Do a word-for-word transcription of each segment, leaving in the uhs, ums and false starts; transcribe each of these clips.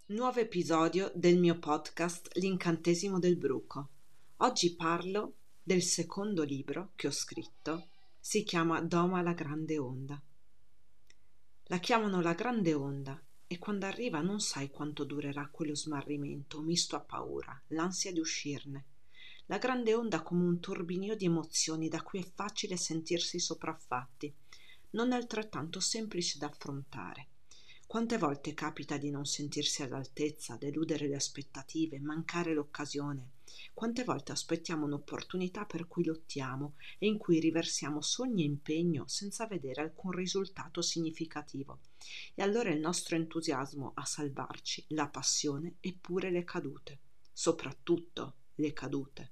Nuovo episodio del mio podcast L'incantesimo del bruco. Oggi parlo del secondo libro che ho scritto. Si chiama Doma la grande onda. La chiamano la grande onda e quando arriva non sai quanto durerà quello smarrimento misto a paura, l'ansia di uscirne. La grande onda come un turbinio di emozioni da cui è facile sentirsi sopraffatti, non è altrettanto semplice da affrontare. Quante volte capita di non sentirsi all'altezza, deludere le aspettative, mancare l'occasione? Quante volte aspettiamo un'opportunità per cui lottiamo e in cui riversiamo sogni e impegno senza vedere alcun risultato significativo? E allora il nostro entusiasmo a salvarci, la passione e pure le cadute, soprattutto le cadute.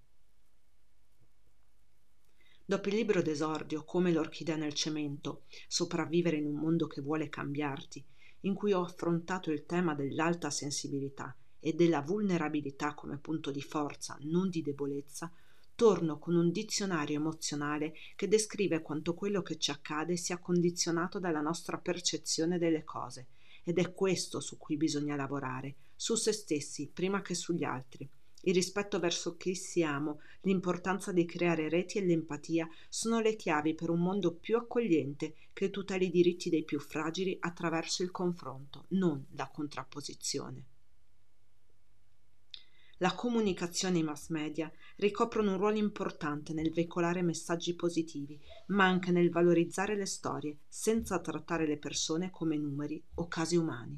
Dopo il libro d'esordio Come l'orchidea nel cemento, sopravvivere in un mondo che vuole cambiarti, in cui ho affrontato il tema dell'alta sensibilità e della vulnerabilità come punto di forza, non di debolezza, torno con un dizionario emozionale che descrive quanto quello che ci accade sia condizionato dalla nostra percezione delle cose, ed è questo su cui bisogna lavorare, su se stessi prima che sugli altri. Il rispetto verso chi siamo, l'importanza di creare reti e l'empatia sono le chiavi per un mondo più accogliente che tuteli i diritti dei più fragili attraverso il confronto, non la contrapposizione. La comunicazione e i mass media ricoprono un ruolo importante nel veicolare messaggi positivi, ma anche nel valorizzare le storie, senza trattare le persone come numeri o casi umani.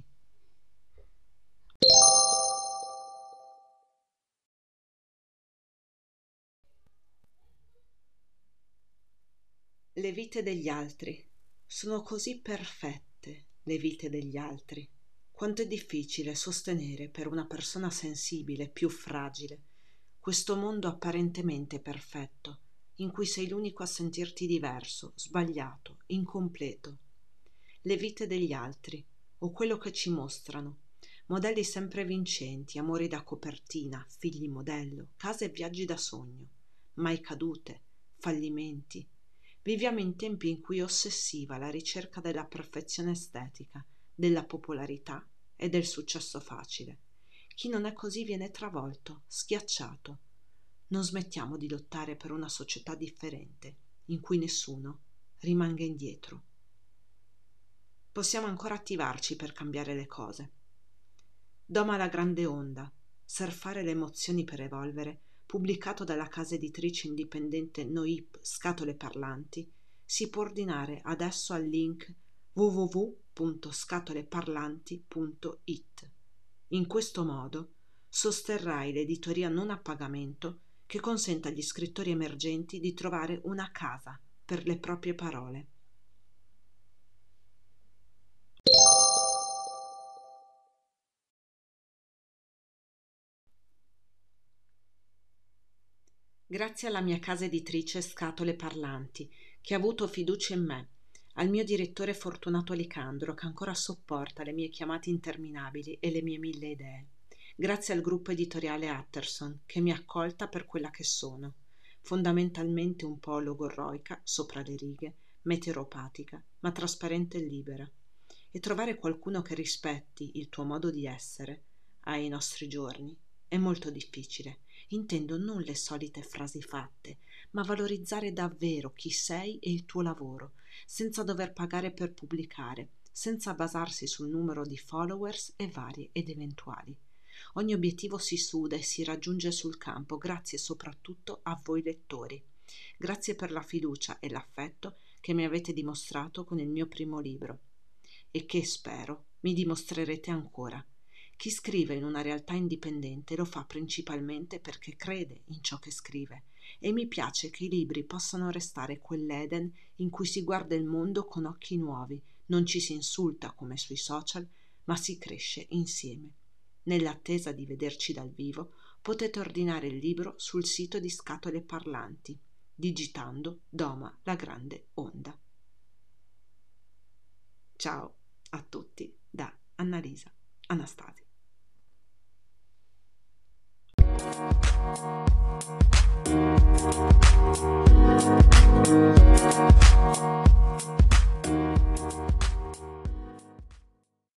Le vite degli altri. Sono così perfette le vite degli altri. Quanto è difficile sostenere per una persona sensibile, più fragile, questo mondo apparentemente perfetto, in cui sei l'unico a sentirti diverso, sbagliato, incompleto. Le vite degli altri, o quello che ci mostrano, modelli sempre vincenti, amori da copertina, figli modello, case e viaggi da sogno, mai cadute, fallimenti. Viviamo in tempi in cui è ossessiva la ricerca della perfezione estetica, della popolarità e del successo facile. Chi non è così viene travolto, schiacciato. Non smettiamo di lottare per una società differente, in cui nessuno rimanga indietro. Possiamo ancora attivarci per cambiare le cose. Doma la grande onda, surfare le emozioni per evolvere, pubblicato dalla casa editrice indipendente Noip Scatole Parlanti, si può ordinare adesso al link w w w punto scatoleparlanti punto i t. In questo modo sosterrai l'editoria non a pagamento che consente agli scrittori emergenti di trovare una casa per le proprie parole. Grazie alla mia casa editrice Scatole Parlanti, che ha avuto fiducia in me, al mio direttore Fortunato Alicandro, che ancora sopporta le mie chiamate interminabili e le mie mille idee. Grazie al gruppo editoriale Utterson, che mi ha accolta per quella che sono, fondamentalmente un po' logorroica, sopra le righe, meteoropatica, ma trasparente e libera. E trovare qualcuno che rispetti il tuo modo di essere, ai nostri giorni, è molto difficile. Intendo non le solite frasi fatte, ma valorizzare davvero chi sei e il tuo lavoro, senza dover pagare per pubblicare, senza basarsi sul numero di followers e varie ed eventuali. Ogni obiettivo si suda e si raggiunge sul campo grazie soprattutto a voi lettori. Grazie per la fiducia e l'affetto che mi avete dimostrato con il mio primo libro e che, spero, mi dimostrerete ancora. Chi scrive in una realtà indipendente lo fa principalmente perché crede in ciò che scrive e mi piace che i libri possano restare quell'Eden in cui si guarda il mondo con occhi nuovi, non ci si insulta come sui social, ma si cresce insieme. Nell'attesa di vederci dal vivo, potete ordinare il libro sul sito di Scatole Parlanti, digitando Doma la grande onda. Ciao a tutti da Annalisa Anastasia.